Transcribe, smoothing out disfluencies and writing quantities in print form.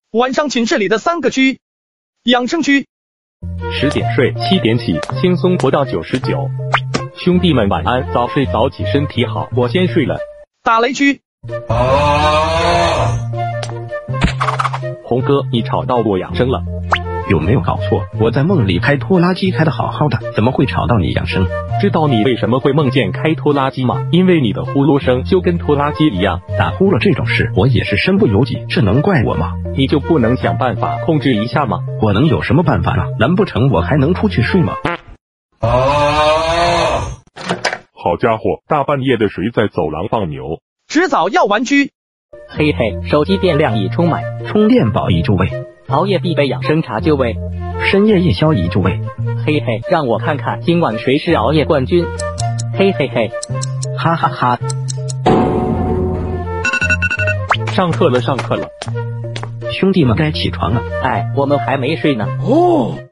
晚上寝室里的3个区，养生区。 10点睡，7点起，轻松活到99。兄弟们晚安，早睡早起，身体好，我先睡了。 打雷区。 红哥，你吵到我养生了。 有没有搞错？我在梦里开拖拉机开得好好的，怎么会吵到你养生？ 知道你为什么会梦见开拖拉机吗？因为你的呼噜声就跟拖拉机一样。 打呼噜这种事，我也是身不由己，这能怪我吗？ 你就不能想办法控制一下吗？ 我能有什么办法啊？难不成我还能出去睡吗？ 好家伙，大半夜的谁在走廊放牛？ 迟早要玩区。 嘿嘿，手机电量已充满， 充电宝已就位， 熬夜必备养生茶就位， 深夜夜宵已就位。 嘿嘿，让我看看今晚谁是熬夜冠军。嘿嘿嘿，哈哈哈。 上课了，上课了， 兄弟们该起床了。 哎，我们还没睡呢。 哦。